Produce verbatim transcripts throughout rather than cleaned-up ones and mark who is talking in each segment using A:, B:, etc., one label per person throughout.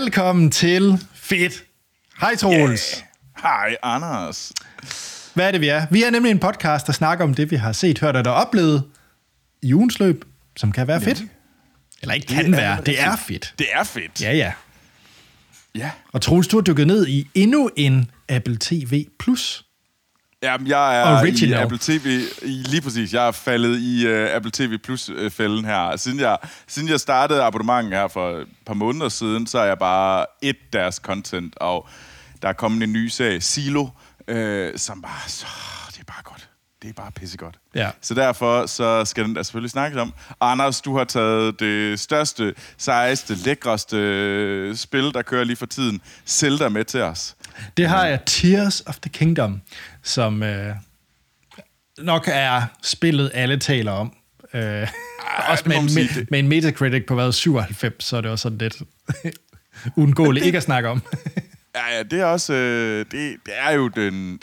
A: Velkommen til Fedt. Hej Troels.
B: Yeah. Hej Anders.
A: Hvad er det, vi er? Vi er nemlig en podcast, der snakker om det, vi har set, hørt og oplevet i ugens løb, som kan være fedt. Eller ikke kan det være, er, det er fedt.
B: Det er fedt.
A: Ja, ja.
B: Ja.
A: Og Troels, du har dykket ned i endnu en Apple T V Plus.
B: Jamen, jeg er
A: Original.
B: i Apple T V, i, lige præcis, jeg er faldet i uh, Apple T V Plus-fælden her. Siden jeg, siden jeg startede abonnementet her for et par måneder siden, så er jeg bare et deres content, og der er kommet en ny serie, Silo, øh, som bare, så, det er bare godt. Det er bare pissegodt.
A: Ja.
B: Så derfor så skal den der selvfølgelig snakkes om. Anders, du har taget det største, sejeste, lækreste spil, der kører lige for tiden, Zelda, med til os.
A: Det har jeg, Tears of the Kingdom, som øh, nok er spillet, alle taler om. Øh, Ej, også med en, me- med en Metacritic på hvad, syvoghalvfems, så er det også sådan lidt uundgåeligt ikke at snakke om.
B: Ja, ja, det er også, øh, det, det er jo den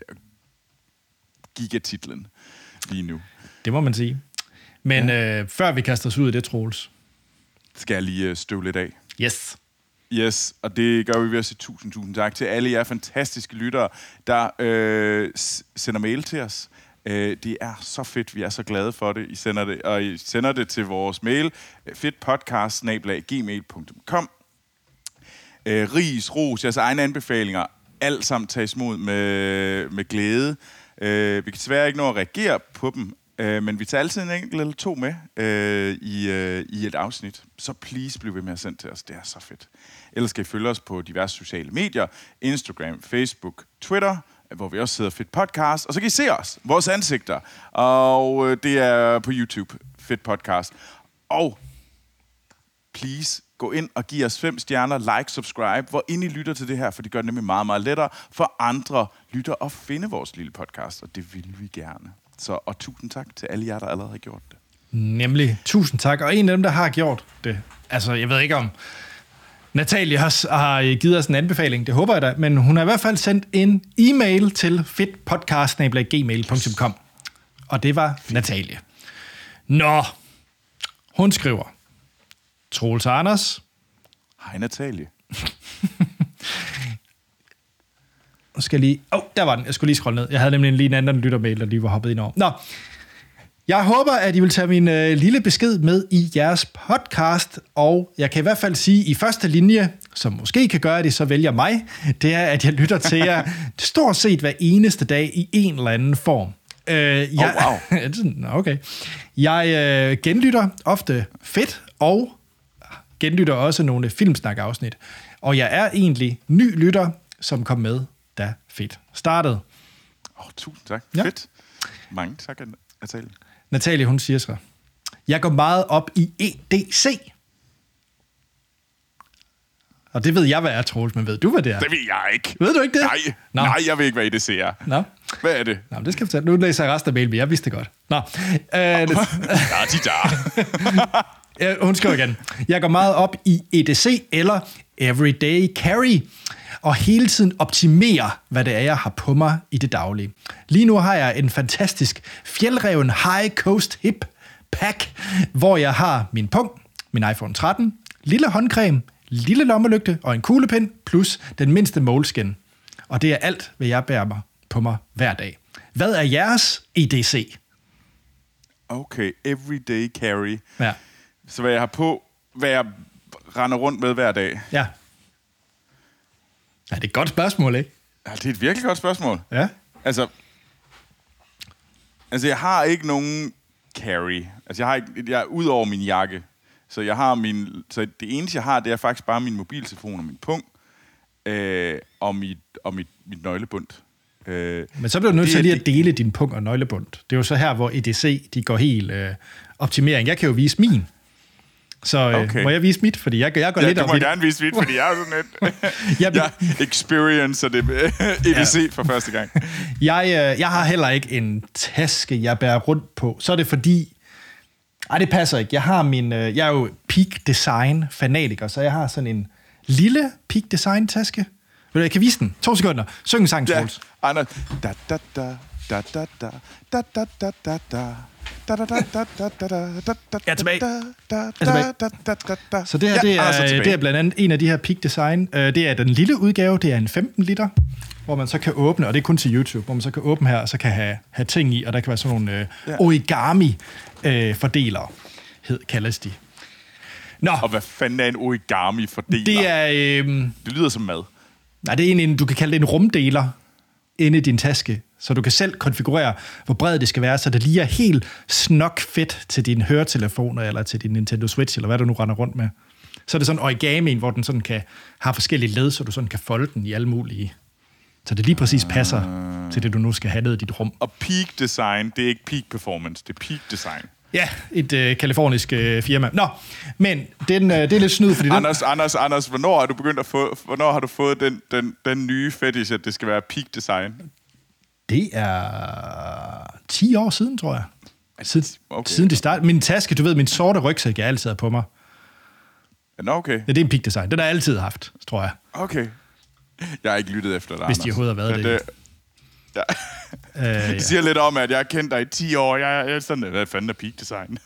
B: gigatitlen lige nu.
A: Det må man sige. Men ja. øh, før vi kaster os ud i det, Troels,
B: skal jeg lige øh, støve lidt af.
A: Yes.
B: Yes, og det gør vi ved at sige tusind, tusind tak til alle jer fantastiske lyttere, der øh, sender mail til os. Øh, det er så fedt, vi er så glade for det. I sender det, og I sender det til vores mail, fedtpodcast bindestreg gmail punktum com. Øh, ris, ros, jeres egne anbefalinger, alt sammen tages imod med, med glæde. Øh, vi kan desværre ikke nå at reagere på dem, øh, men vi tager altid en enkelt eller to med øh, i, øh, i et afsnit. Så please bliv ved med at sende til os. Det er så fedt. Ellers skal I følge os på diverse sociale medier. Instagram, Facebook, Twitter, hvor vi også sidder Fedt Podcast. Og så kan I se os, vores ansigter. Og øh, det er på YouTube, Fedt Podcast. Og please gå ind og giv os fem stjerner, like, subscribe, hvor ind I lytter til det her, for det gør det nemlig meget, meget lettere for andre lytter at finde vores lille podcast, og det vil vi gerne. Så, og tusind tak til alle jer, der allerede har gjort det.
A: Nemlig, tusind tak. Og en af dem, der har gjort det, altså jeg ved ikke om Natalie har, har givet os en anbefaling, det håber jeg da, men hun har i hvert fald sendt en e-mail til fedtpodcast bindestreg gmail punktum com, og det var Natalie. Nå, hun skriver: Troels og Anders.
B: Hej Natalie.
A: Nu skal jeg lige... Åh, oh, der var den. Jeg skulle lige scrolle ned. Jeg havde nemlig lige en anden lyttermail, der lige var hoppet ind over. Nå, jeg håber, at I vil tage min øh, lille besked med i jeres podcast, og jeg kan i hvert fald sige i første linje, som måske kan gøre det, så vælger mig, det er, at jeg lytter til jer stort set hver eneste dag i en eller anden form. Øh, jeg,
B: oh, wow.
A: Okay. Jeg øh, genlytter ofte Fedt, og genlytter også nogle filmsnak-afsnit. Og jeg er egentlig ny lytter, som kom med, da Fedt startede.
B: Åh, oh, tusind tak.
A: Ja.
B: Fedt. Mange tak, Natalie.
A: Natalie, hun siger så: jeg går meget op i E D C. Og det ved jeg, hvad er, Troels, men ved du, hvad det er?
B: Det ved jeg ikke.
A: Ved du ikke det?
B: Nej,
A: Nå.
B: Nej jeg ved ikke, hvad E D C er.
A: Nå.
B: Hvad er det?
A: Nå, det skal jeg fortælle. Nu læser jeg resten af mailen, men jeg vidste det godt. Nå. Øh,
B: ja, de der.
A: Hun skriver igen: jeg går meget op i E D C, eller Everyday Carry, og hele tiden optimere, hvad det er, jeg har på mig i det daglige. Lige nu har jeg en fantastisk fjeldreven High Coast Hip Pack, hvor jeg har min pung, min iPhone tretten, lille håndcreme, lille lommelygte og en kuglepen, plus den mindste moleskin. Og det er alt, hvad jeg bærer mig på mig hver dag. Hvad er jeres E D C?
B: Okay, Everyday Carry.
A: Ja.
B: Så hvad jeg har på, hvad jeg render rundt med hver dag.
A: Ja. Ja, det er et godt spørgsmål, ikke?
B: Ja, det er et virkelig godt spørgsmål.
A: Ja.
B: Altså, altså jeg har ikke nogen carry. Altså, jeg har ikke, jeg er ud over min jakke. Så jeg har min, så det eneste, jeg har, det er faktisk bare min mobiltelefon og min pung, øh, og mit, og mit, mit nøglebund. Øh,
A: Men så bliver du nødt til lige at dele din pung og nøglebund. Det er jo så her, hvor E D C, de går helt øh, optimering. Jeg kan jo vise min. Så øh,
B: okay.
A: Må jeg vise mit? Fordi jeg, jeg går
B: ja,
A: lidt
B: op
A: op
B: i
A: i
B: det. Du må gerne vise mit, fordi jeg er sådan lidt...
A: jeg,
B: jeg experiencer det med E D C ja. for første gang.
A: Jeg, øh, jeg har heller ikke en taske, jeg bærer rundt på. Så er det fordi... Ej, det passer ikke. Jeg har min... Øh, jeg er jo peak design fanatiker, så jeg har sådan en lille peak design taske. Jeg kan vise den. To sekunder. Syng en sang, Troels.
B: Ja, Anders. Da, da, da. Da da da da da da da da.
A: Jeg er tilbage. Jeg er tilbage. Så det her, det er, det er blandt andet en af de her Peak Design. Det er den lille udgave, det er en femten liter, hvor man så kan åbne, og det er kun til YouTube, hvor man så kan åbne her, og så kan have, have ting i, og der kan være sådan nogle øh, ja. origami-fordelere, øh, kaldes de. Nå.
B: Og hvad fanden er en origami-fordeler?
A: Det er... Øh,
B: det lyder som mad.
A: Nej, det er en, du kan kalde det en rumdeler inde i din taske, så du kan selv konfigurere, hvor bredt det skal være, så det lige er helt snok fedt til dine høretelefoner, eller til din Nintendo Switch, eller hvad du nu render rundt med. Så er det sådan en origami, hvor den sådan kan have forskellige led, så du sådan kan folde den i alle mulige... Så det lige præcis passer uh... til det, du nu skal have ned i dit rum.
B: Og Peak Design, det er ikke Peak Performance, det er Peak Design.
A: Ja, et øh, kalifornisk øh, firma. Nå, men den, øh, det er lidt snyd, fordi...
B: Anders,
A: den...
B: Anders, Anders, hvornår har du begyndt at få... Hvornår har du fået den, den, den nye fetish, at det skal være Peak Design?
A: Det er ti år siden, tror jeg. Siden, okay. siden det startede. Min taske, du ved, min sorte rygsæk, jeg altid har på mig.
B: Nå, okay.
A: Ja, det er en Peak Design. Den har jeg altid haft, tror jeg.
B: Okay. Jeg har ikke lyttet efter dig,
A: Hvis de overhovedet har været det. det
B: ja. øh, ja. Det siger lidt om, at jeg har kendt dig i ti år. Jeg er sådan, hvad fanden er Peak Design?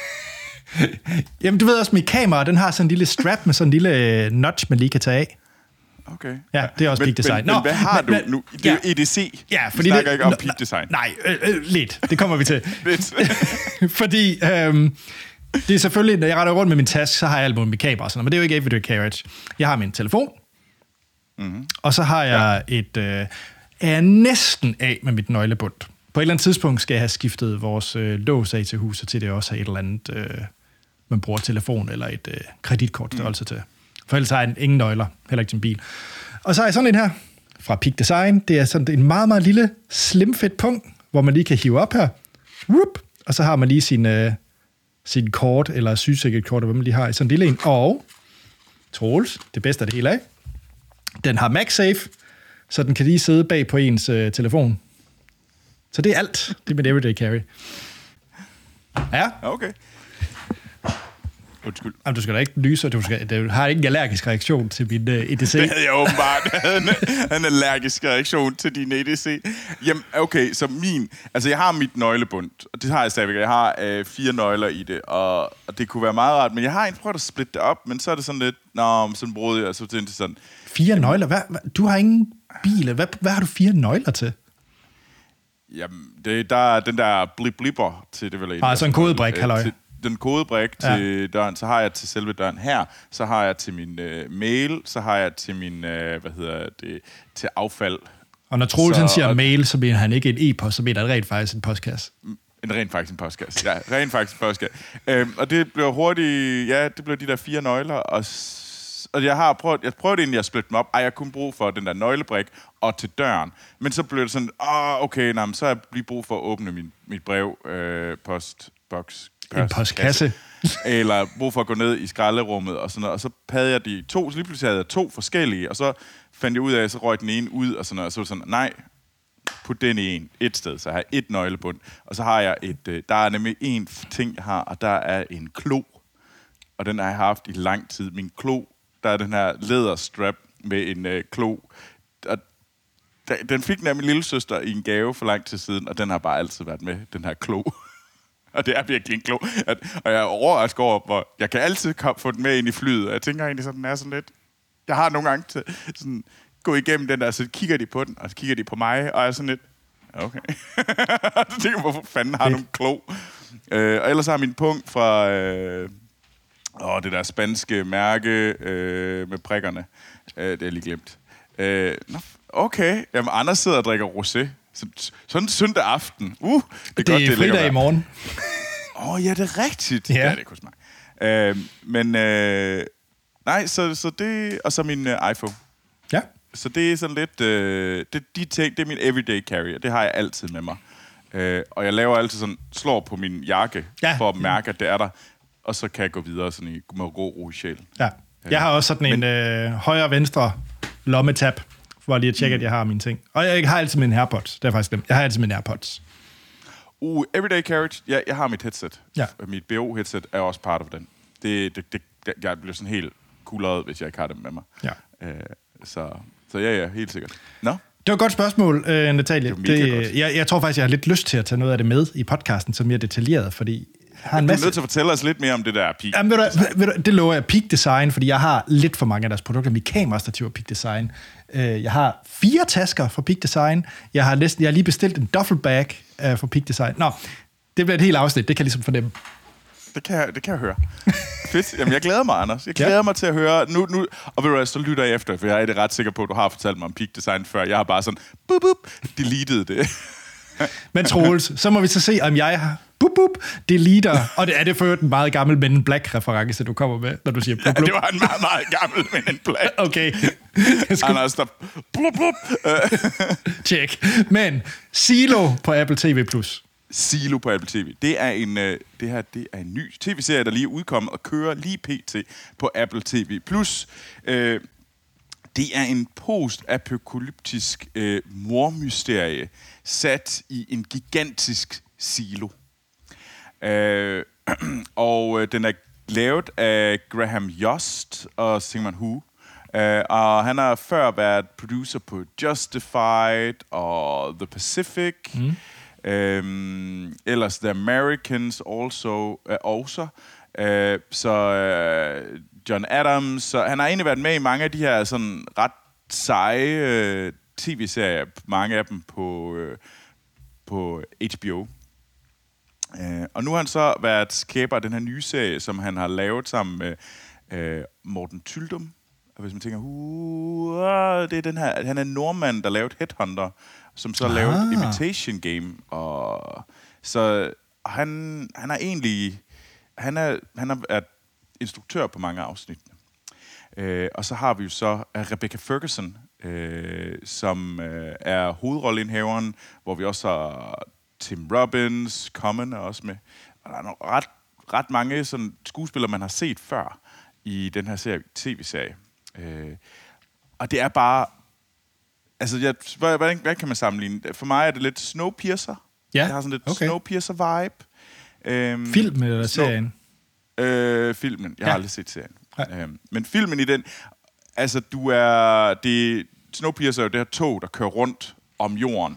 A: Jamen, du ved også, mit kamera, den har sådan en lille strap med sådan en lille notch, man lige kan tage af.
B: Okay.
A: Ja, det er også
B: men,
A: Peak Design.
B: Men,
A: Nå,
B: men hvad har
A: men,
B: du nu? Det er ja. jo E D C.
A: Ja, fordi
B: vi snakker
A: det,
B: ikke om
A: n-
B: Peak Design.
A: Nej, øh, øh, lidt. Det kommer vi til.
B: lidt.
A: fordi øhm, det er selvfølgelig, når jeg retter rundt med min taske, så har jeg alt muligt med kamera og sådan noget, men det er jo ikke everyday carriage. Jeg har min telefon, mm-hmm. og så har jeg ja. et... Øh, er næsten af med mit nøglebund. På et eller andet tidspunkt skal jeg have skiftet vores øh, lås af til huset, til det også er et eller andet, øh, man bruger telefon eller et øh, kreditkortstørrelse mm. til. For ellers har jeg ingen nøgler, heller ikke til en bil. Og så har jeg sådan en her fra Peak Design. Det er sådan en meget, meget lille slimfedt punkt, hvor man lige kan hive op her. Whoop, og så har man lige sin, øh, sin kort, eller sygesikkerhedskort, hvad man lige har i sådan en lille en. Og, Troels, det bedste af det hele af, den har MagSafe, så den kan lige sidde bag på ens øh, telefon. Så det er alt. Det er mit everyday carry. Ja.
B: Okay. Undskyld.
A: Jamen, du skal da ikke lyse, du, skal, du har ikke en allergisk reaktion til min uh, E D C.
B: Det havde jeg åbenbart. Jeg havde en, en allergisk reaktion til din E D C. Jamen, okay, så min... Altså, jeg har mit nøglebund, og det har jeg stadigvæk. Jeg har øh, fire nøgler i det, og, og det kunne være meget rart, men jeg har egentlig prøvet at splitte det op, men så er det sådan lidt... Nå, sådan brød jeg, så det sådan...
A: Fire jamen, nøgler? Hvad, hvad, du har ingen bil. Hvad, hvad har du fire nøgler til?
B: Jamen, det, der er den der blip-blipper til det vel en.
A: Ah, så en kodebrik, halløj.
B: Den kodebrik ja. til døren, så har jeg til selve døren her, så har jeg til min øh, mail, så har jeg til min, øh, hvad hedder det, til affald.
A: Og når Troels han siger og, mail, så bliver han ikke en e-post, så bliver der rent faktisk en postkasse.
B: En rent faktisk en postkasse, ja, rent faktisk en postkasse. øhm, og det bliver hurtigt, ja, det bliver de der fire nøgler, og, og jeg har prøvet, jeg prøvede egentlig at splitte dem op, ej, jeg kunne bruge for den der nøglebrik og til døren, men så blev det sådan, åh, okay, nej, så har jeg lige brug for at åbne min, mit brev, øh, postboks,
A: en postkasse.
B: Eller brug for at gå ned i skralderummet og sådan noget. Og så havde jeg de to, så lige pludselig havde jeg to forskellige, og så fandt jeg ud af, at så røg den ene ud og sådan noget. Og så var det sådan, nej, put den i en, et sted, så jeg har et nøglebund. Og så har jeg et, der er nemlig en ting, jeg har, og der er en klo. Og den har jeg haft i lang tid. Min klo, der er den her læderstrap med en øh, klo. Og den fik nemlig lille søster i en gave for lang tid siden, og den har bare altid været med, den her klo. Og det er virkelig en klo. At, og jeg er overrasket over, hvor jeg kan altid kom, få den med ind i flyet. Og jeg tænker egentlig, sådan den er sådan lidt... Jeg har nogle gange til, sådan, gå igennem den der, så kigger de på den, og så kigger de på mig, og jeg er sådan lidt... Okay. Så tænker jeg, hvorfor fanden har du en klo? Øh, og ellers har jeg min punkt fra... Øh, åh, det der spanske mærke øh, med prikkerne. Øh, det er lige glemt. Øh, nå, okay. Jamen, Anders sidder og drikker rosé. Sådan en søndag aften. Uh,
A: det, det er godt, det fridag i morgen.
B: Åh, oh, ja, det er rigtigt.
A: Ja,
B: ja det kunne smage. Øh, men, øh, nej, så, så det... Og så min uh, iPhone.
A: Ja.
B: Så det er sådan lidt... Øh, det, de ting, det er min everyday carrier. Det har jeg altid med mig. Øh, og jeg laver altid sådan... Slår på min jakke, ja. For at mærke, at det er der. Og så kan jeg gå videre sådan i, med ro, ro i sjæl.
A: Ja. Jeg har også sådan men, en øh, højre-venstre lommetab, for lige at tjekke, mm. at jeg har mine ting. Og jeg har altid mine AirPods. Det er faktisk nemt. Jeg har altid mine AirPods.
B: Uh, everyday carriage. Ja, jeg har mit headset.
A: Ja.
B: Mit B O-headset er også part of den. Det, det, det, jeg bliver sådan helt kuldret, hvis jeg ikke har dem med mig.
A: Ja.
B: Uh, så, så ja, ja, helt sikkert. Nå?
A: Det var et godt spørgsmål, øh, Natalie.
B: Det
A: det, jeg, jeg tror faktisk, jeg har lidt lyst til at tage noget af det med i podcasten, som mere detaljeret, fordi...
B: Har en masse... Du er nødt til at fortælle os lidt mere om det der Peak
A: Jamen, ved du, ved du, det lover jeg. Peak Design, fordi jeg har lidt for mange af deres produkter. Mit kamerastativ er Peak Design. Jeg har fire tasker fra Peak Design. Jeg har, næsten, jeg har lige bestilt en duffelbag fra Peak Design. Nå, det bliver et helt afsnit. Det kan jeg ligesom fornemme.
B: Det kan jeg, det kan jeg høre. Fedt. Jamen, jeg glæder mig, Anders. Jeg glæder ja. mig til at høre. Nu, nu, og ved du hvad, så lytter jeg efter, for jeg er det ret sikker på, at du har fortalt mig om Peak Design før. Jeg har bare sådan, bup, bup, deleted det.
A: Men Troels, så må vi så se, om jeg har bup, bup, deleter. Og det er det for en meget gammel Men in Black-reference, du kommer med, når du siger bup, bup.
B: Ja, det var en meget, meget gammel Men in Black.
A: Okay.
B: Skal... Anders, der... Bup, bup.
A: Tjek. Men Silo på Apple T V plus.
B: Silo på Apple T V. Det er en, det her, det er en ny tv-serie, der lige er udkommet og kører lige pt. På Apple T V plus. Øh, det er en post-apokalyptisk øh, mormysterie sat i en gigantisk silo. Øh, og øh, den er lavet af Graham Yost og Sigmund Hu. Øh, og han har før været producer på Justified og The Pacific. Mm. Øhm, ellers The Americans also, øh, også. Øh, så øh, John Adams. Så han har egentlig været med i mange af de her sådan ret seje øh, tv-serier. Mange af dem på, øh, på H B O. Øh, og nu har han så været skaber af den her nye serie, som han har lavet sammen med øh, Morten Tyldum. Og hvis man tænker, uh, det er den her, han er en nordmand, der lavede Headhunter, som så ah. lavede Imitation Game. Og så han, han er egentlig, han er, han har været instruktør på mange af afsnittene. Øh, og så har vi jo så Rebecca Ferguson, øh, som øh, er hovedrolleindhaveren, hvor vi også har Tim Robbins, Common er også med. Og der er nogle ret, ret mange sådan, skuespillere, man har set før i den her serie, tv-serie. Øh, og det er bare... Altså, jeg, hvordan, hvad kan man sammenligne? For mig er det lidt Snowpiercer.
A: Ja,
B: det har sådan lidt
A: okay.
B: Snowpiercer-vibe. Øhm,
A: Filmen eller serien?
B: Øh, filmen. Jeg har ja. aldrig set serien. Ja. Øhm, men filmen i den... Altså, du er... Det, Snowpiercer er jo det her tog, der kører rundt om jorden.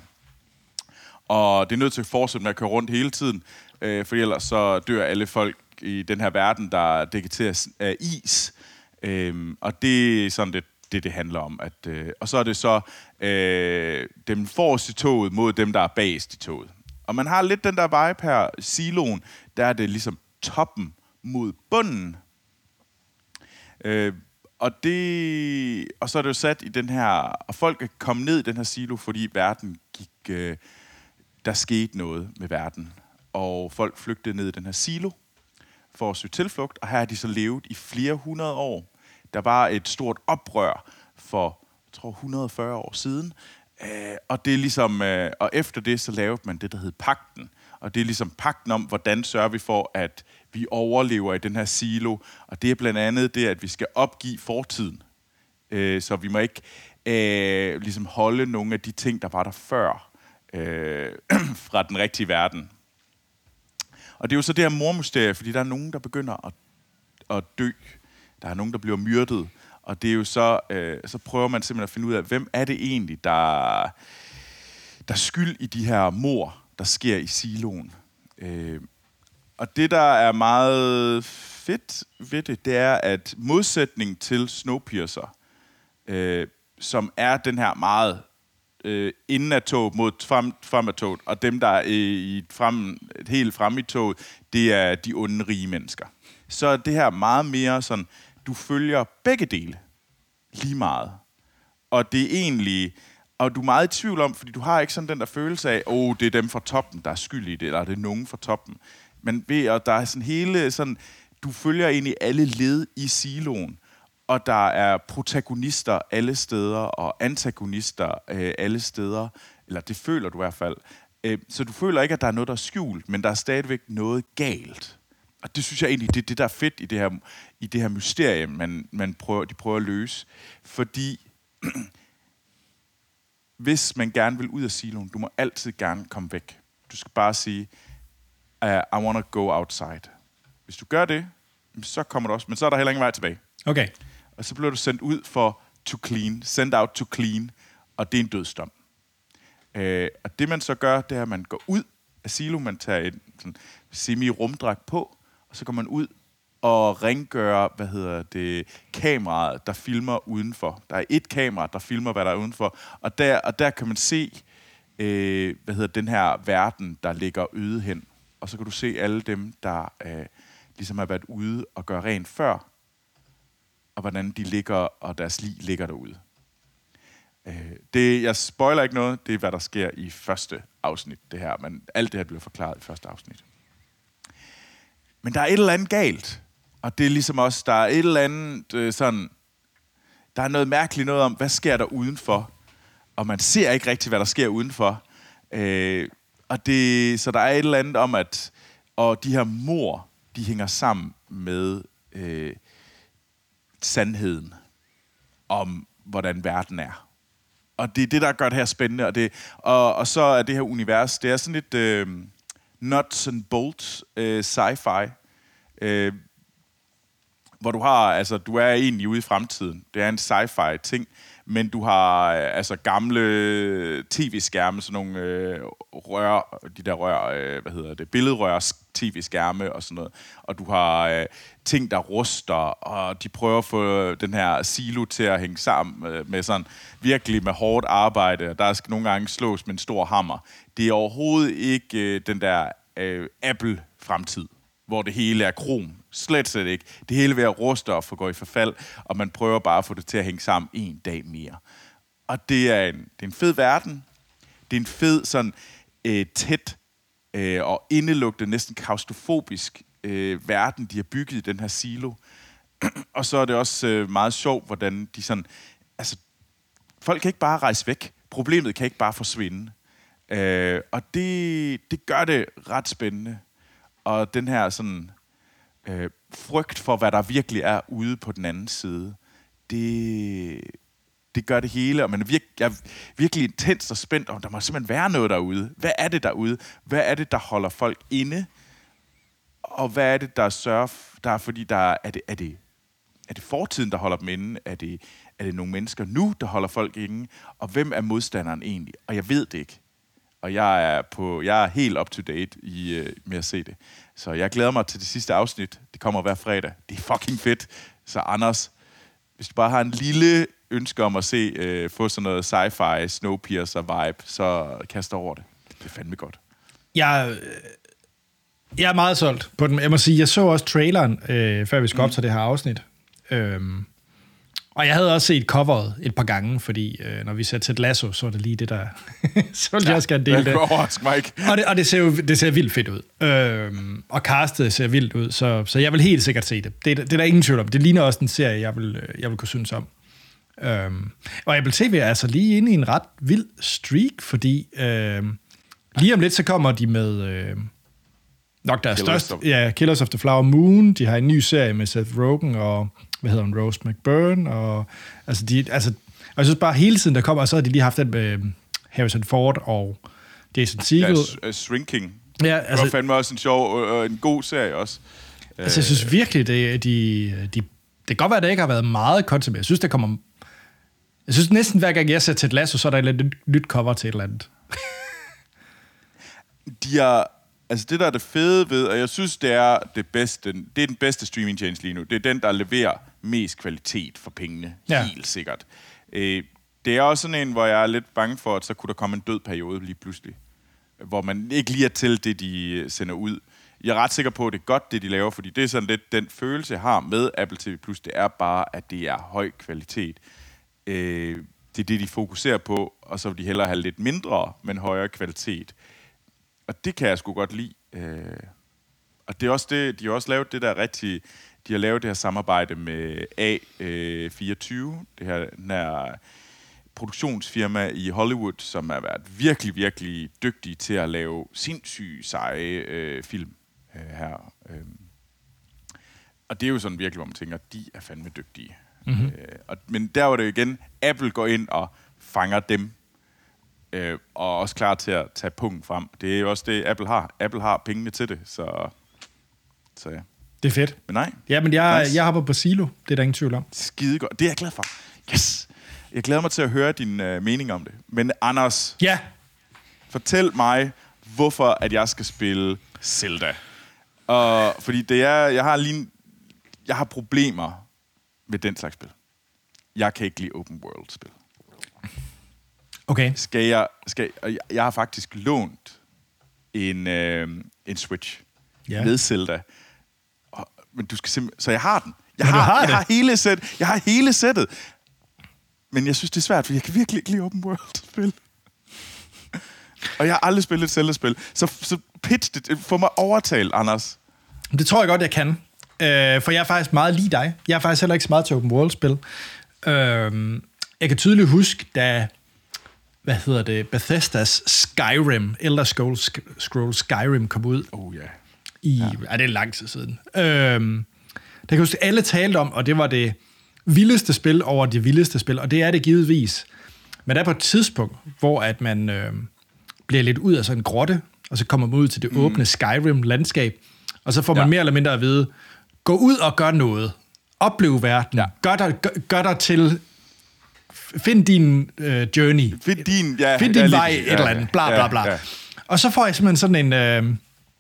B: Og det er nødt til at fortsætte med at køre rundt hele tiden, øh, for ellers så dør alle folk i den her verden, der dækker til af is. Øhm, og det er sådan det, det, det handler om. At, øh, og så er det så øh, dem forrest i toget mod dem, der er bagest i toget. Og man har lidt den der vibe her, siloen, der er det ligesom toppen mod bunden. Øh, og, det, og så er det jo sat i den her... Og folk er kommet ned i den her silo, fordi verden gik... Øh, der skete noget med verden. Og folk flygtede ned i den her silo for at søge tilflugt, og her har de så levet i flere hundrede år. Der var et stort oprør for, jeg tror, et hundrede og fyrre år siden, øh, og det er ligesom, øh, og efter det, så lavede man det, der hed pagten. Og det er ligesom pagten om, hvordan sørger vi for, at vi overlever i den her silo. Og det er blandt andet det, at vi skal opgive fortiden. Øh, så vi må ikke øh, ligesom holde nogle af de ting, der var der før, øh, fra den rigtige verden. Og det er jo så det her mormysterie, fordi der er nogen, der begynder at, at dø. Der er nogen, der bliver myrdet. Og det er jo så, øh, så prøver man simpelthen at finde ud af, hvem er det egentlig, der, der er skyld i de her mord, der sker i siloen. Øh, og det, der er meget fedt ved det, det er, at modsætning til Snowpiercer, øh, som er den her meget øh, inden af toget mod frem, frem af toget, og dem, der er i frem, helt frem i toget, det er de onde rige mennesker. Så er det her meget mere sådan, du følger begge dele lige meget. Og det er egentlig, og du er meget i tvivl om, fordi du har ikke sådan den der følelse af, åh, oh, det er dem fra toppen, der er skyld i det, eller det er nogen fra toppen. Men ved, og der er sådan hele sådan, du følger egentlig alle led i siloen, og der er protagonister alle steder, og antagonister øh, alle steder, eller det føler du i hvert fald. Øh, så du føler ikke, at der er noget, der er skjult, men der er stadigvæk noget galt. Og det synes jeg egentlig, det er det, der er fedt i det her, i det her mysterie, man, man prøver, de prøver at løse. Fordi hvis man gerne vil ud af siloen, du må altid gerne komme væk. Du skal bare sige, uh, I want to go outside. Hvis du gør det, så kommer du også, men så er der heller ingen vej tilbage.
A: Okay.
B: Og så bliver du sendt ud for to clean, send out to clean. og det er en dødsdom. Øh, og det man så gør, det er, at man går ud af silo, man tager en sådan semi-rumdragt på, og så går man ud og rengør, hvad hedder det, kameraet, der filmer udenfor. Der er et kamera, der filmer, hvad der er udenfor, og der, og der kan man se, øh, hvad hedder den her verden, der ligger øde hen. Og så kan du se alle dem, der øh, ligesom har været ude og gøre rent før, og hvordan de ligger, og deres lig ligger derude. Øh, det, jeg spoiler ikke noget, det er, hvad der sker i første afsnit, det her, men alt det her bliver forklaret i første afsnit. Men der er et eller andet galt, og det er ligesom også, der er et eller andet øh, sådan, der er noget mærkeligt noget om, hvad sker der udenfor, og man ser ikke rigtigt, hvad der sker udenfor. Øh, og det, så der er et eller andet om, at og de her mord, de hænger sammen med øh, sandheden om, hvordan verden er. Og det er det, der gør det her spændende. Og, det, og, og så er det her univers, det er sådan lidt øh, nuts and bolts øh, sci-fi, øh, hvor du har, altså du er egentlig ude i fremtiden. Det er en sci-fi ting, men du har altså gamle tv-skærme, sådan nogle øh, rør, de der rør, øh, hvad hedder det, billedrør tv-skærme og sådan noget. Og du har øh, ting, der ruster, og de prøver at få den her silo til at hænge sammen øh, med sådan virkelig med hårdt arbejde. Der skal nogle gange slås med en stor hammer. Det er overhovedet ikke øh, den der øh, Apple-fremtid, hvor det hele er krom. Slet slet ikke. Det hele ved at ruste og få gå i forfald, og man prøver bare at få det til at hænge sammen en dag mere. Og det er en, det er en fed verden. Det er en fed, sådan øh, tæt øh, og indelugtet, næsten klaustrofobisk øh, verden, de har bygget i den her silo. Og så er det også øh, meget sjovt, hvordan de sådan... Altså, folk kan ikke bare rejse væk. Problemet kan ikke bare forsvinde. Øh, og det, det gør det ret spændende. Og den her sådan... Øh, frygt for, hvad der virkelig er ude på den anden side, det, det gør det hele, og man er, virke, jeg er virkelig intens og spændt, og der må simpelthen være noget derude. Hvad er det derude? Hvad er det, der holder folk inde? Og hvad er det, der sørger, der er, fordi der er, er, det, er, det, er det fortiden, der holder dem inde? Er det, er det nogle mennesker nu, der holder folk inde? Og hvem er modstanderen egentlig? Og jeg ved det ikke. Og jeg er, på, jeg er helt up to date i, uh, med at se det. Så jeg glæder mig til det sidste afsnit. Det kommer hver fredag. Det er fucking fedt. Så Anders, hvis du bare har en lille ønske om at se, uh, få sådan noget sci-fi, Snowpiercer-vibe, så kast over det. Det er fandme godt.
A: Jeg, jeg er meget solgt på den. Jeg må sige, jeg så også traileren, øh, før vi skulle op til det her afsnit. Øhm, og jeg havde også set coveret et par gange, fordi øh, når vi ser Ted Lasso, så er det lige det, der... så ville jeg også gerne dele det.
B: Mig ikke.
A: Og, det, og det ser jo det ser vildt fedt ud. Øhm, og castet ser vildt ud, så, så jeg vil helt sikkert se det. Det, det er der ingen tvivl om. Det ligner også en serie, jeg vil, jeg vil kunne synes om. Øhm, og Apple T V er altså lige inde i en ret vild streak, fordi øh, lige om lidt, så kommer de med... Øh, nok deres største... Ja, Killers of the Flower Moon. De har en ny serie med Seth Rogen og... hvad hedder hun, Rose McByrne, og altså, de, altså, og jeg synes bare hele tiden, der kommer, og så har de lige haft den med Harrison Ford og Jason Segel.
B: Ja, Shrinking.
A: Ja, altså,
B: det var fandme også en sjov og en god serie også.
A: Altså, jeg synes virkelig, det, de, de, det kan godt være, at det ikke har været meget koncept. Jeg synes, det kommer... Jeg synes næsten hver gang, jeg ser Ted Lasso, så er der et lidt nyt cover til et eller andet.
B: De er... Altså det, der er det fede ved, og jeg synes, det er det bedste, det er den bedste streaming tjeneste lige nu. Det er den, der leverer mest kvalitet for pengene. Ja. Helt sikkert. Øh, det er også sådan en, hvor jeg er lidt bange for, at så kunne der komme en død periode lige pludselig. Hvor man ikke lige er til det, de sender ud. Jeg er ret sikker på, at det er godt, det de laver, fordi det er sådan lidt den følelse, jeg har med Apple T V plus, det er bare, at det er høj kvalitet. Øh, det er det, de fokuserer på, og så vil de hellere have lidt mindre, men højere kvalitet. Og det kan jeg sgu godt lide. Øh, og det er også det, de har også lavet det der rigtig... De har lavet det her samarbejde med A fireogtyve, det her, den her produktionsfirma i Hollywood, som har været virkelig, virkelig dygtige til at lave sindssygt seje øh, film øh, her. Øh. Og det er jo sådan virkelig, hvor man tænker, de er fandme dygtige. Mm-hmm. Øh, og, men der var det igen, Apple går ind og fanger dem, Øh, og også klar til at tage punkten frem. Det er jo også det, Apple har. Apple har pengene til det, så, så ja.
A: Det er fedt.
B: Men nej.
A: Ja, men jeg,
B: nice.
A: jeg hopper på Silo. Det er der ingen tvivl om.
B: Skide godt. Det er jeg glad for. Yes! Jeg glæder mig til at høre din øh, mening om det. Men Anders,
A: ja.
B: fortæl mig, hvorfor at jeg skal spille Zelda. Og fordi det er, jeg har lige, jeg har problemer med den slags spil. Jeg kan ikke lide open world spil.
A: Okay.
B: Skal jeg, skal, jeg, jeg har faktisk lånt en, øh, en Switch
A: ja.
B: med Zelda. Og, men du skal simpelthen, så jeg har den. Jeg,
A: men
B: har,
A: har,
B: jeg har hele sæt, jeg har hele sættet. Men jeg synes det er svært, for jeg kan virkelig ikke lide open world spil. Og jeg har aldrig spillet et Zelda-spil. Så, så pitch det. Få mig overtalt, Anders.
A: Det tror jeg godt, jeg kan. Øh, for jeg er faktisk meget lige dig. Jeg er faktisk heller ikke så meget til open world-spil. Øh, jeg kan tydeligt huske, da hvad hedder det, Bethesdas Skyrim, Elder Scrolls, Scrolls Skyrim kom ud.
B: Oh, yeah.
A: I, ja. Ja, det er lang tid siden. Øh, der kan jeg huske, alle talte om, og det var det vildeste spil over det vildeste spil, og det er det givetvis. Men der er på et tidspunkt, hvor at man øh, bliver lidt ud af sådan en grotte, og så kommer man ud til det mm. åbne Skyrim-landskab, og så får man ja. mere eller mindre at vide, gå ud og gør noget. Oplev verden. Ja. Gør, dig, gør, gør dig til... Find din øh, journey.
B: Find din, ja,
A: Find din
B: ja,
A: vej,
B: lige,
A: et ja, eller andet. Bla, bla, bla. Ja, ja. Og så får jeg simpelthen sådan en... Øh,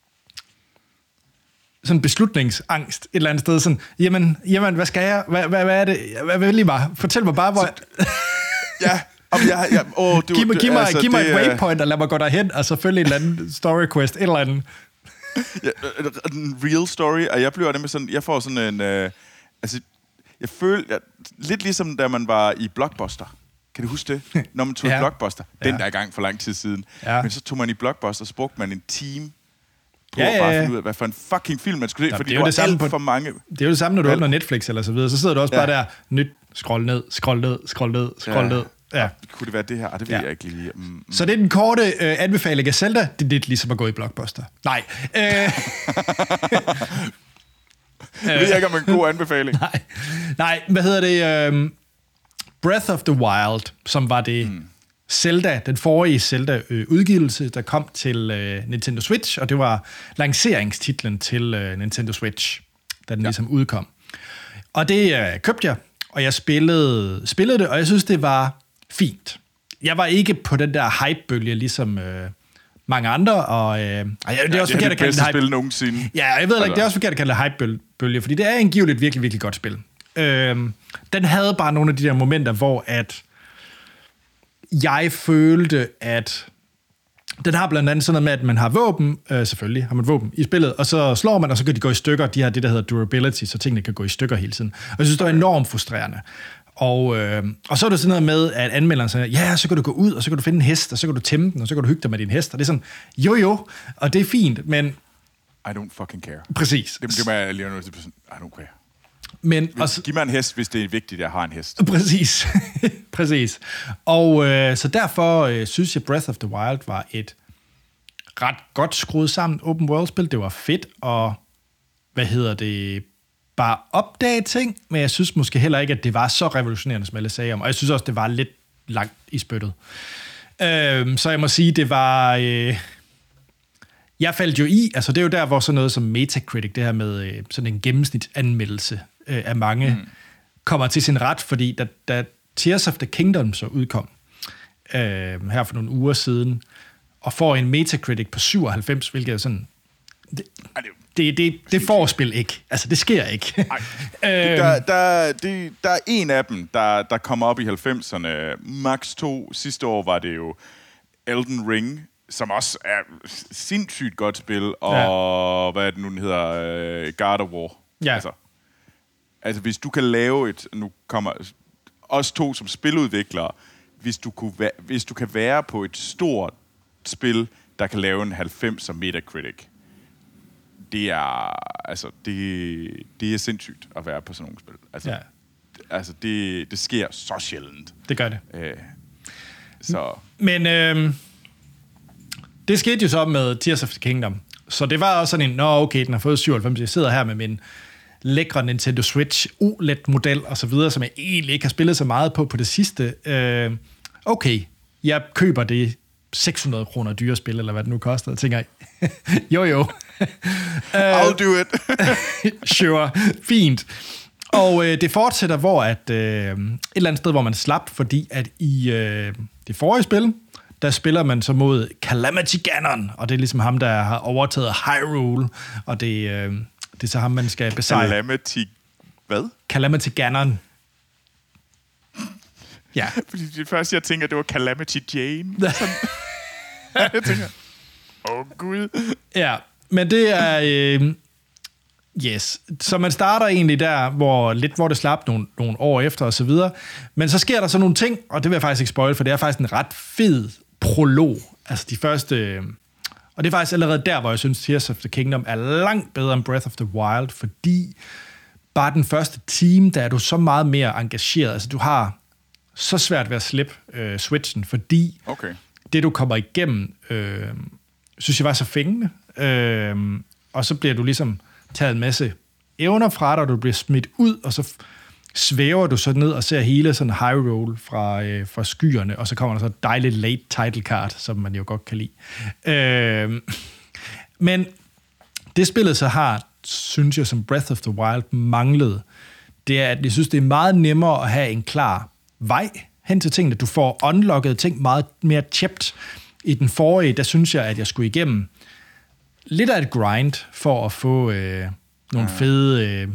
A: sådan beslutningsangst et eller andet sted. Sådan, jamen, jamen hvad skal jeg? Hvad, hvad, hvad er det? Hvad vil I bare? Fortæl mig bare, hvor...
B: ja, om jeg... Ja, oh, du,
A: giv mig, giv mig, altså, giv mig et
B: det,
A: waypoint, og lad mig gå derhen, og så følge en eller anden story quest, et eller andet.
B: Ja, en real story, og jeg bliver nemlig sådan... Jeg får sådan en... Øh, altså, jeg føler... Jeg, lidt ligesom, da man var i Blockbuster. Kan du huske det? Når man tog ja. i Blockbuster. Den ja. der er i gang for lang tid siden. Ja. Men så tog man i Blockbuster, så brugte man en time på ja, ja, ja. at bare finde ud af, hvad for en fucking film man skulle se, fordi det, det var alt på, for mange...
A: Det er jo det samme, når du åbner Netflix eller så videre. Så sidder du også ja. bare der, nyt, scroll ned, scroll ned, scroll ned, scroll ja. ned. Ja.
B: Kunne det være det her? Ah, det ved ja. jeg ikke lige. Mm, mm.
A: Så det er den korte øh, anbefaling af Zelda. Det er lidt ligesom at gå i Blockbuster. Nej. Øh.
B: Jeg ved ikke, om en god anbefaling.
A: Nej, Nej hvad hedder det? Um, Breath of the Wild, som var det mm. Zelda, den forrige Zelda-udgivelse, der kom til uh, Nintendo Switch, og det var lanceringstitlen til uh, Nintendo Switch, da den ja. ligesom udkom. Og det uh, købte jeg, og jeg spillede, spillede det, og jeg synes, det var fint. Jeg var ikke på den der hype-bølge, ligesom... Uh, mange andre, og øh, det er
B: ja,
A: også forkert at kalde
B: det hype. Nogensinde.
A: Ja, jeg ved ikke, det er også forkert at kalde det hype-bølge, fordi det er angiveligt virkelig, virkelig godt spil. Øh, den havde bare nogle af de der momenter, hvor at jeg følte, at den har blandt andet sådan noget med, at man har våben, øh, selvfølgelig har man våben i spillet, og så slår man, og så kan de gå i stykker. De har det, der hedder durability, så tingene kan gå i stykker hele tiden. Og jeg synes, det var enormt frustrerende. Og, øh, og så er det sådan noget med, at anmelderen siger, ja, så kan du gå ud, og så kan du finde en hest, og så kan du tæmme den, og så kan du hygge dig med din hest. Og det er sådan, jo jo, og det er fint, men...
B: I don't fucking care.
A: Præcis.
B: Det, det må jeg lige nødt til sådan, I don't care.
A: Men,
B: og så, giv mig en hest, hvis det er vigtigt, at jeg har en hest.
A: Præcis. Præcis. Og øh, så derfor øh, synes jeg, Breath of the Wild var et ret godt skruet sammen open world-spil. Det var fedt, og hvad hedder det... bare opdage ting, men jeg synes måske heller ikke, at det var så revolutionerende, som alle sagde om. Og jeg synes også, det var lidt langt i spyttet. Øhm, så jeg må sige, det var... Øh, jeg faldt jo i, altså det er jo der, hvor sådan noget som Metacritic, det her med øh, sådan en gennemsnitsanmeldelse øh, af mange, mm. kommer til sin ret, fordi da, da Tears of the Kingdom så udkom, øh, her for nogle uger siden, og får en Metacritic på syvoghalvfems, hvilket er sådan... Det, Det, det, det får spil ikke. Altså, det sker ikke.
B: Ej. der, der, det, der er en af dem, der, der kommer op i halvfemserne. Max to. Sidste år var det jo Elden Ring, som også er sindssygt godt spil. Og ja. hvad er det nu, den hedder? God of War.
A: Ja.
B: Altså, altså, hvis du kan lave et... Nu kommer os to som spiludviklere. Hvis du, kunne væ- hvis du kan være på et stort spil, der kan lave en halvfems som Metacritic... Det er, altså, det, det er sindssygt at være på sådan nogle spil. Altså, ja. altså det, det sker så sjældent.
A: Det gør det.
B: Æh, så.
A: Men øh, det skete jo så med Tears of the Kingdom. Så det var også sådan en, nå okay, den har fået syvoghalvfems. Jeg sidder her med min lækre Nintendo Switch O L E D-model og så videre, som jeg egentlig ikke har spillet så meget på på det sidste. Øh, okay, jeg køber det seks hundrede kroner dyre spil, eller hvad det nu koster. Jeg tænker, jo jo.
B: I'll do it.
A: Sure, fint. Og øh, det fortsætter, hvor at, øh, et eller andet sted, hvor man slap, fordi at i øh, det forrige spil, der spiller man så mod Calamity Ganon, og det er ligesom ham, der har overtaget Hyrule, og det, øh, det er så ham, man skal besejre.
B: Calamity... Hvad?
A: Calamity Ganon. Ja.
B: Fordi det første, jeg tænker, det var Calamity Jane. Sådan. Jeg tænker, åh oh, gud.
A: Ja, men det er... Øh, yes. Så man starter egentlig der, hvor lidt hvor det slap nogle, nogle år efter og så videre. Men så sker der så nogle ting, og det vil jeg faktisk ikke spoil, for det er faktisk en ret fed prolog. Altså de første... Og det er faktisk allerede der, hvor jeg synes, Tears of the Kingdom er langt bedre end Breath of the Wild, fordi bare den første time, der er du så meget mere engageret. Altså du har så svært ved at slippe øh, switchen, fordi
B: okay.
A: det, du kommer igennem, øh, synes jeg var så fængende. Øh, og så bliver du ligesom taget en masse evner fra dig, og du bliver smidt ud, og så svæver du så ned og ser hele sådan Hyrule fra, øh, fra skyerne, og så kommer der så et dejligt late title card, som man jo godt kan lide. Øh, men det spillet så har, synes jeg, som Breath of the Wild manglede, det er, at jeg synes, det er meget nemmere at have en klar vej hen til tingene. Du får unlocket ting meget mere tjept. I den forrige, der synes jeg, at jeg skulle igennem lidt af et grind for at få øh, nogle ja. fede øh,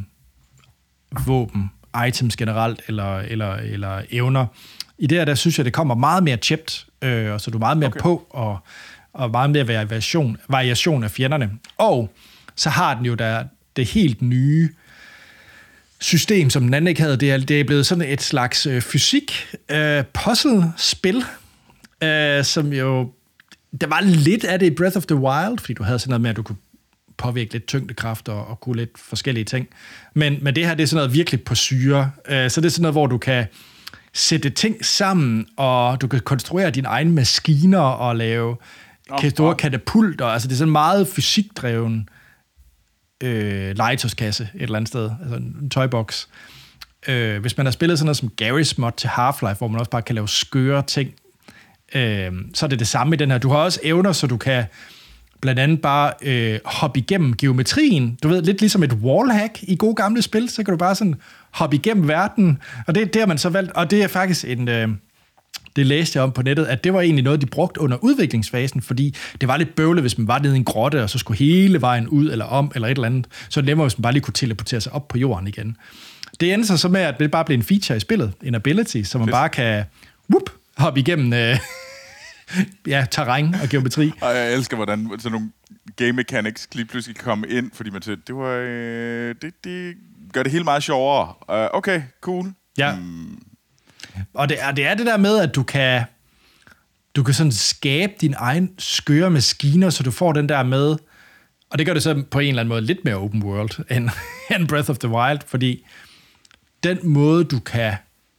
A: våben, items generelt, eller, eller, eller evner. I det her, der synes jeg, det kommer meget mere tjept, øh, og så er du meget mere okay. på, og, og meget mere variation, variation af fjenderne. Og så har den jo der det helt nye system, som den anden ikke havde. Det er, det er blevet sådan et slags øh, fysik øh, puzzle-spil, øh, som jo... Der var lidt af det i Breath of the Wild, fordi du havde sådan noget med, at du kunne påvirke lidt tyngdekraft og, og kunne lidt forskellige ting. Men, men det her, det er sådan noget virkelig på syre. Øh, så det er sådan noget, hvor du kan sætte ting sammen, og du kan konstruere dine egne maskiner og lave oh, store oh. katapulter. Altså det er sådan meget fysikdreven øh, legetøjskasse et eller andet sted, altså en tøjboks. Øh, hvis man har spillet sådan noget som Garry's Mod til Half-Life, hvor man også bare kan lave skøre ting, øh, så er det det samme i den her. Du har også evner, så du kan blandt andet bare øh, hoppe igennem geometrien. Du ved, lidt ligesom et wallhack i gode gamle spil, så kan du bare sådan hoppe igennem verden, og det, det har man så valgt, og det er faktisk en... Øh, det læste jeg om på nettet, at det var egentlig noget, de brugte under udviklingsfasen, fordi det var lidt bøvlet, hvis man var nede i en grotte, og så skulle hele vejen ud eller om, eller et eller andet. Så det nemmere, hvis man bare lige kunne teleportere sig op på jorden igen. Det endte sig så med, at det bare blev en feature i spillet, en ability, så man Fedt. bare kan whoop, hoppe igennem øh, ja, terræn og geometri.
B: Og jeg elsker, hvordan sådan nogle game mechanics lige pludselig kan komme ind, fordi man siger, det var, øh, det, det gør det hele meget sjovere. Uh, okay, cool.
A: Ja. Hmm. Og det er, det er det der med, at du kan, du kan sådan skabe din egen skøre maskiner, så du får den der med, og det gør det så på en eller anden måde lidt mere open world end, end Breath of the Wild, fordi den måde, du kan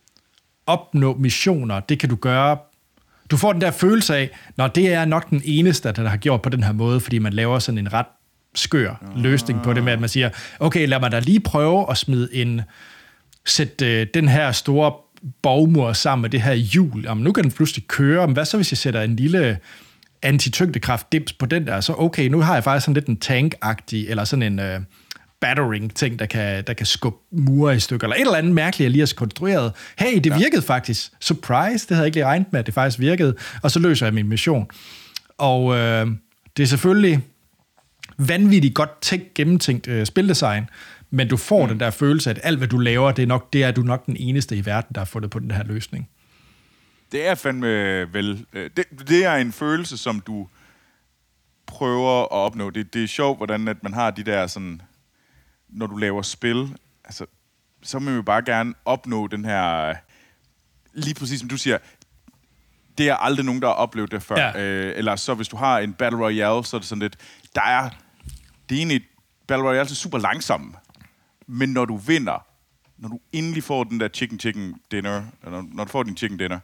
A: opnå missioner, det kan du gøre, du får den der følelse af, når det er nok den eneste, der har gjort på den her måde, fordi man laver sådan en ret skør ja. løsning på det med, at man siger, okay, lad mig da lige prøve at smide en, sætte øh, den her store borgmur sammen med det her hjul. Jamen, nu kan den pludselig køre. Men hvad så, hvis jeg sætter en lille anti-tyngdekraft-dims på den der? Så okay, nu har jeg faktisk sådan lidt en tank-agtig, eller sådan en uh, battering-ting, der kan, der kan skubbe mure i stykker, eller et eller andet mærkeligt, jeg lige har konstrueret. Hey, det virkede ja. faktisk. Surprise, det havde jeg ikke lige regnet med, at det faktisk virkede. Og så løser jeg min mission. Og øh, det er selvfølgelig vanvittigt godt tænkt, gennemtænkt øh, spildesign, men du får mm. den der følelse, at alt, hvad du laver, det er, nok, det er du nok den eneste i verden, der har fundet på den her løsning.
B: Det er fandme vel... Det, det er en følelse, som du prøver at opnå. Det, det er sjovt, hvordan at man har de der sådan... Når du laver spil, altså, så vil man jo bare gerne opnå den her... Lige præcis som du siger, det er aldrig nogen, der har oplevet det før. Ja. Øh, eller så hvis du har en Battle Royale, så er det sådan lidt... Der er... Det er egentlig... Battle Royale er super langsom. Men når du vinder, når du endelig får den der chicken chicken dinner, eller når du får din chicken dinner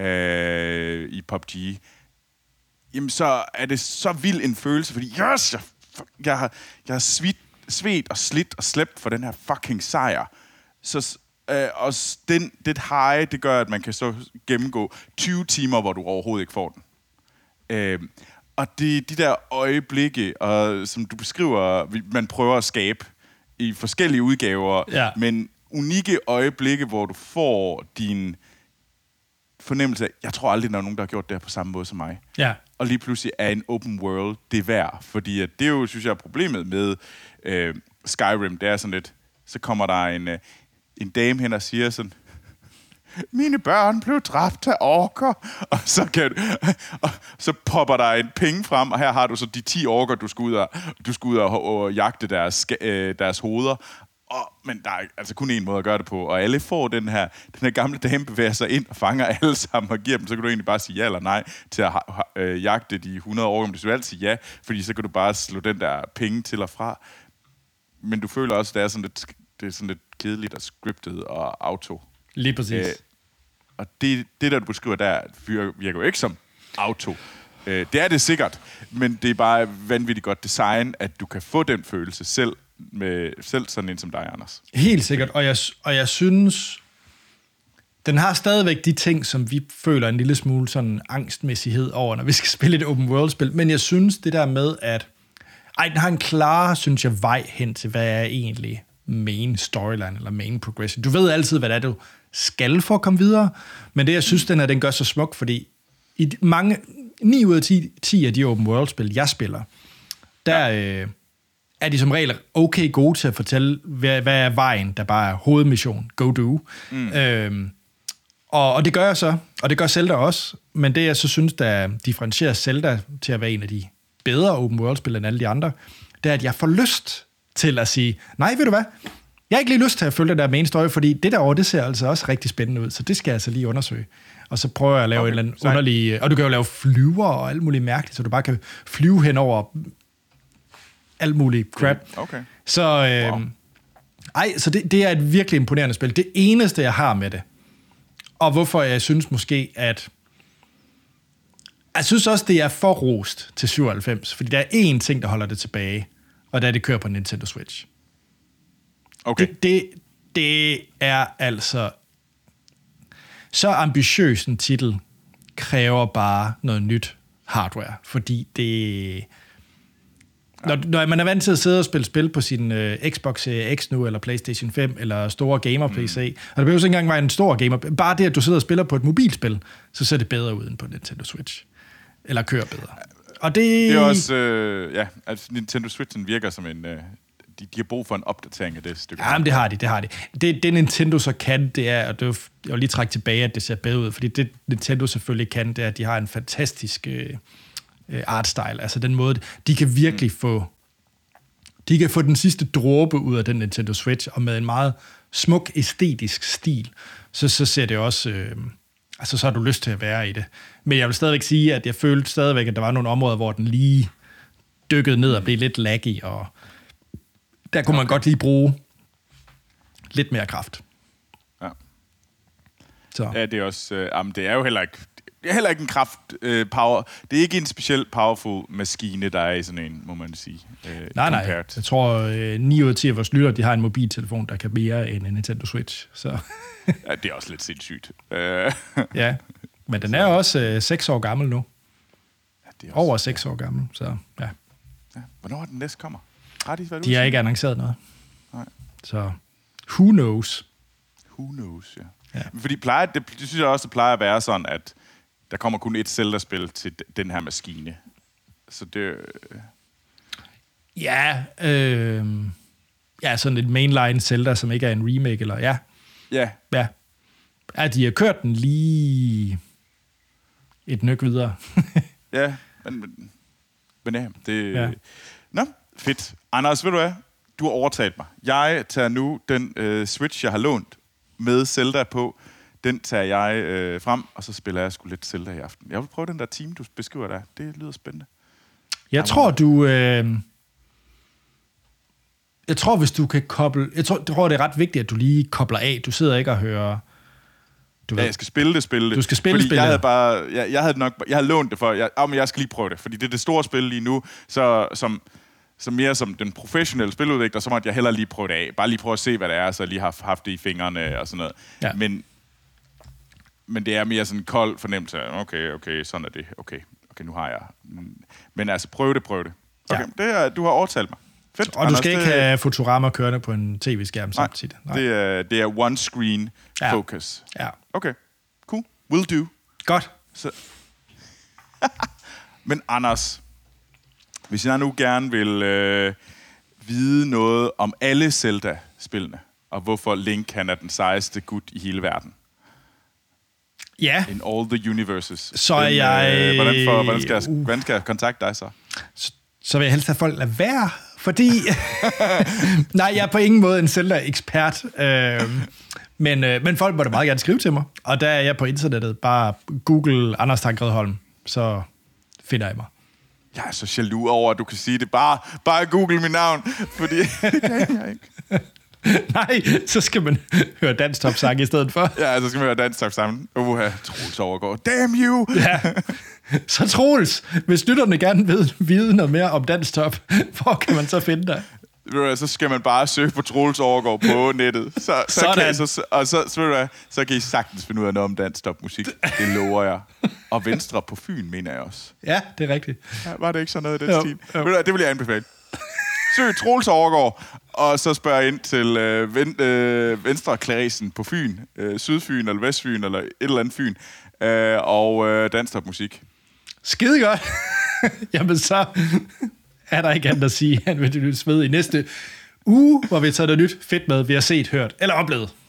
B: øh, i P U B G, jamen så er det så vild en følelse, fordi yes, jeg, jeg har, jeg har svit, svedt og slidt og slæbt for den her fucking sejr. Så øh, og den, det high, det gør, at man kan så gennemgå tyve timer, hvor du overhovedet ikke får den. Øh, og det de der øjeblikke, og, som du beskriver, man prøver at skabe i forskellige udgaver, ja. men unikke øjeblikke, hvor du får din fornemmelse af, jeg tror aldrig, der er nogen, der har gjort det her på samme måde som mig.
A: Ja.
B: Og lige pludselig er en open world det værd. Fordi at det er jo, synes jeg, er problemet med øh, Skyrim. Det er sådan lidt, så kommer der en, øh, en dame hen og siger sådan, mine børn blev dræbt af orker, og så, kan, og så popper der en penge frem, og her har du så de ti orker, du skal ud og, du skal ud og, og jagte deres, øh, deres hoveder. Og, men der er altså kun én måde at gøre det på, og alle får den her, den her gamle dame bevæger sig ind og fanger alle sammen og giver dem, så kan du egentlig bare sige ja eller nej til at ha, øh, jagte de hundrede orker, men du skal altid sige ja, fordi så kan du bare slå den der penge til og fra. Men du føler også, at det er sådan lidt, det er sådan lidt kedeligt og scriptet og auto.
A: Lige præcis. Æh,
B: og det, det, der du beskriver der, virker jo ikke som auto. Øh, det er det sikkert, men det er bare vanvittigt godt design, at du kan få den følelse selv, med selv sådan en som dig, Anders.
A: Helt sikkert, og jeg, og jeg synes, den har stadigvæk de ting, som vi føler en lille smule sådan angstmæssighed over, når vi skal spille et open world-spil, men jeg synes det der med, at ej, den har en klar, synes jeg, vej hen til, hvad er egentlig main storyline, eller main progression. Du ved altid, hvad det er, du skal for at komme videre, men det, jeg synes, den her, den gør så smuk, fordi i mange, ni ud af ti, ti af de open world-spil, jeg spiller, der ja. øh, er de som regel okay gode til at fortælle, hvad, hvad er vejen, der bare er hovedmission, go do. Mm. Øhm, og, og det gør jeg så, og det gør Zelda også, men det jeg så synes, der differentierer Zelda til at være en af de bedre open world-spil end alle de andre, det er, at jeg får lyst til at sige, nej, ved du hvad, jeg har ikke lige lyst til at følge den der main story, fordi det derovre, det ser altså også rigtig spændende ud, så det skal jeg altså lige undersøge. Og så prøver jeg at lave okay, en eller anden sej. underlig, og du kan jo lave flyver og alt muligt mærkeligt, så du bare kan flyve hen over alt muligt crap.
B: Okay.
A: Så, øh, wow. ej, så det, det er et virkelig imponerende spil. Det eneste, jeg har med det, og hvorfor jeg synes måske, at jeg synes også, det er for rost til syvoghalvfems, fordi der er én ting, der holder det tilbage, og det er, det kører på Nintendo Switch.
B: Okay.
A: Det, det, det er altså så ambitiøs en titel, kræver bare noget nyt hardware, fordi det... Når, når man er vant til at sidde og spille spil på sin øh, Xbox Series X nu, eller PlayStation fem, eller store gamer-P C, mm. og det behøver ikke engang være en stor gamer, bare det, at du sidder og spiller på et mobilspil, så ser det bedre ud end på Nintendo Switch. Eller kører bedre. Og det...
B: det er også, øh, ja, altså Nintendo Switchen virker som en... Øh, de, de har brug for en opdatering af det stykke.
A: Ja, men det har de, det har de. Det, det Nintendo så kan, det er, og det er, jeg vil lige trække tilbage, at det ser bedre ud, fordi det Nintendo selvfølgelig kan, det er, at de har en fantastisk... Øh, artstyle, altså den måde, de kan virkelig mm. få, de kan få den sidste dråbe ud af den Nintendo Switch, og med en meget smuk, æstetisk stil, så, så ser det også, øh, altså så har du lyst til at være i det. Men jeg vil stadigvæk sige, at jeg følte stadigvæk, at der var nogle områder, hvor den lige dykkede ned og blev lidt laggy, og der kunne okay. man godt lige bruge lidt mere kraft.
B: Ja.
A: Så.
B: Ja, det er også, øh, jamen, det er jo heller ikke Det er heller ikke en kraft øh, power. Det er ikke en specielt powerful maskine, der er i sådan en, må man sige. Øh,
A: nej, nej. Jeg tror, øh, ni ud af ti af vores lyttere, de har en mobiltelefon, der kan mere end en Nintendo Switch. Så.
B: Ja, det er også lidt sindssygt.
A: Ja, men den er også øh, seks år gammel nu. Ja, det er også, Over seks år gammel, så ja.
B: Ja. Hvornår er den næste kommer? Har de været
A: De har ikke annonceret noget.
B: Nej.
A: Så who knows?
B: Who knows, ja.
A: Ja.
B: Fordi plejer, det, det synes jeg også, det plejer at være sådan, at der kommer kun et Zelda-spil til den her maskine. Så det... Øh...
A: Ja, øh... ja, sådan et mainline Zelda, som ikke er en remake, eller ja.
B: Ja.
A: Ja. Ja, de har kørt den lige et nyk videre.
B: Ja, men, men, men ja, det... Ja. Nå, fedt. Anders, ved du hvad? Du har overtalt mig. Jeg tager nu den øh, Switch, jeg har lånt med Zelda på. Den tager jeg øh, frem, og så spiller jeg sgu lidt Zelda i aften. Jeg vil prøve den der team, du beskriver der. Det lyder spændende.
A: Jeg tror, du... Øh... Jeg tror, hvis du kan koble... Jeg tror, jeg tror, det er ret vigtigt, at du lige kobler af. Du sidder ikke og hører...
B: Du ja, jeg skal spille det, spille det.
A: Du skal spille
B: fordi
A: spille
B: jeg havde bare... Jeg, jeg havde nok... Jeg havde lånt det for... Jeg, oh, men jeg skal lige prøve det, fordi det er det store spil lige nu, så som... Så mere som den professionelle spiludvikler, så måtte jeg hellere lige prøve det af. Bare lige prøve at se, hvad det er, så jeg lige har haft det i fingrene og sådan noget. Ja. Men... Men det er mere sådan en kold fornemmelse af, okay, okay, sådan er det. Okay, okay, nu har jeg... Men altså, prøv det, prøv det. Okay, ja. Det er, du har overtalt mig. Fedt.
A: Og
B: Anders,
A: du skal ikke
B: det,
A: have Futurama kørende på en tv-skærm
B: nej,
A: samtidig.
B: Nej, det er, det er one screen
A: ja.
B: focus.
A: Ja.
B: Okay, cool. Will do.
A: Godt.
B: Så. Men Anders, hvis jeg nu gerne vil øh, vide noget om alle Zelda-spillene, og hvorfor Link han er den sejeste gut i hele verden.
A: Ja.
B: In all the universes.
A: Så er jeg...
B: Øh, hvordan, for, hvordan, skal jeg, uh. hvordan skal jeg kontakte dig så?
A: så? Så vil jeg helst have folk lade være, fordi... Nej, jeg er på ingen måde en Zelda-ekspert. Øh, men, øh, men folk må da meget gerne skrive til mig. Og der er jeg på internettet. Bare Google Anders Tankredholm, så finder jeg mig.
B: Jeg er så jaloux over, at du kan sige det. Bare, bare Google mit navn, fordi det kan jeg ikke.
A: Nej, så skal man høre Dansk Top Sang i stedet for.
B: Ja, så skal man høre Dansk Top Sang. Uha, Troels overgår. Damn you!
A: Ja. Så Troels, hvis lytterne gerne vil vide noget mere om Dansk Top, hvor kan man så finde dig?
B: Så skal man bare søge på Troels overgår på nettet. Så, så kan I, så, og så, så, så kan I sagtens finde ud af noget om Dansk Top musik. Det lover jeg. Og Venstre på Fyn, mener jeg også.
A: Ja, det er rigtigt.
B: Ja, var det ikke sådan noget i den stil? Det vil jeg anbefale. Søg Troels overgår, og så spørg ind til øh, ven, øh, Venstre Clarisen på Fyn, øh, Sydfyn eller Vestfyn eller et eller andet Fyn, øh, og øh, Dansk Top musik.
A: Skide godt. Jamen så er der ikke andet at sige, at vi vil smide i næste uge, hvor vi tager noget nyt fedt med, vi har set, hørt eller oplevet.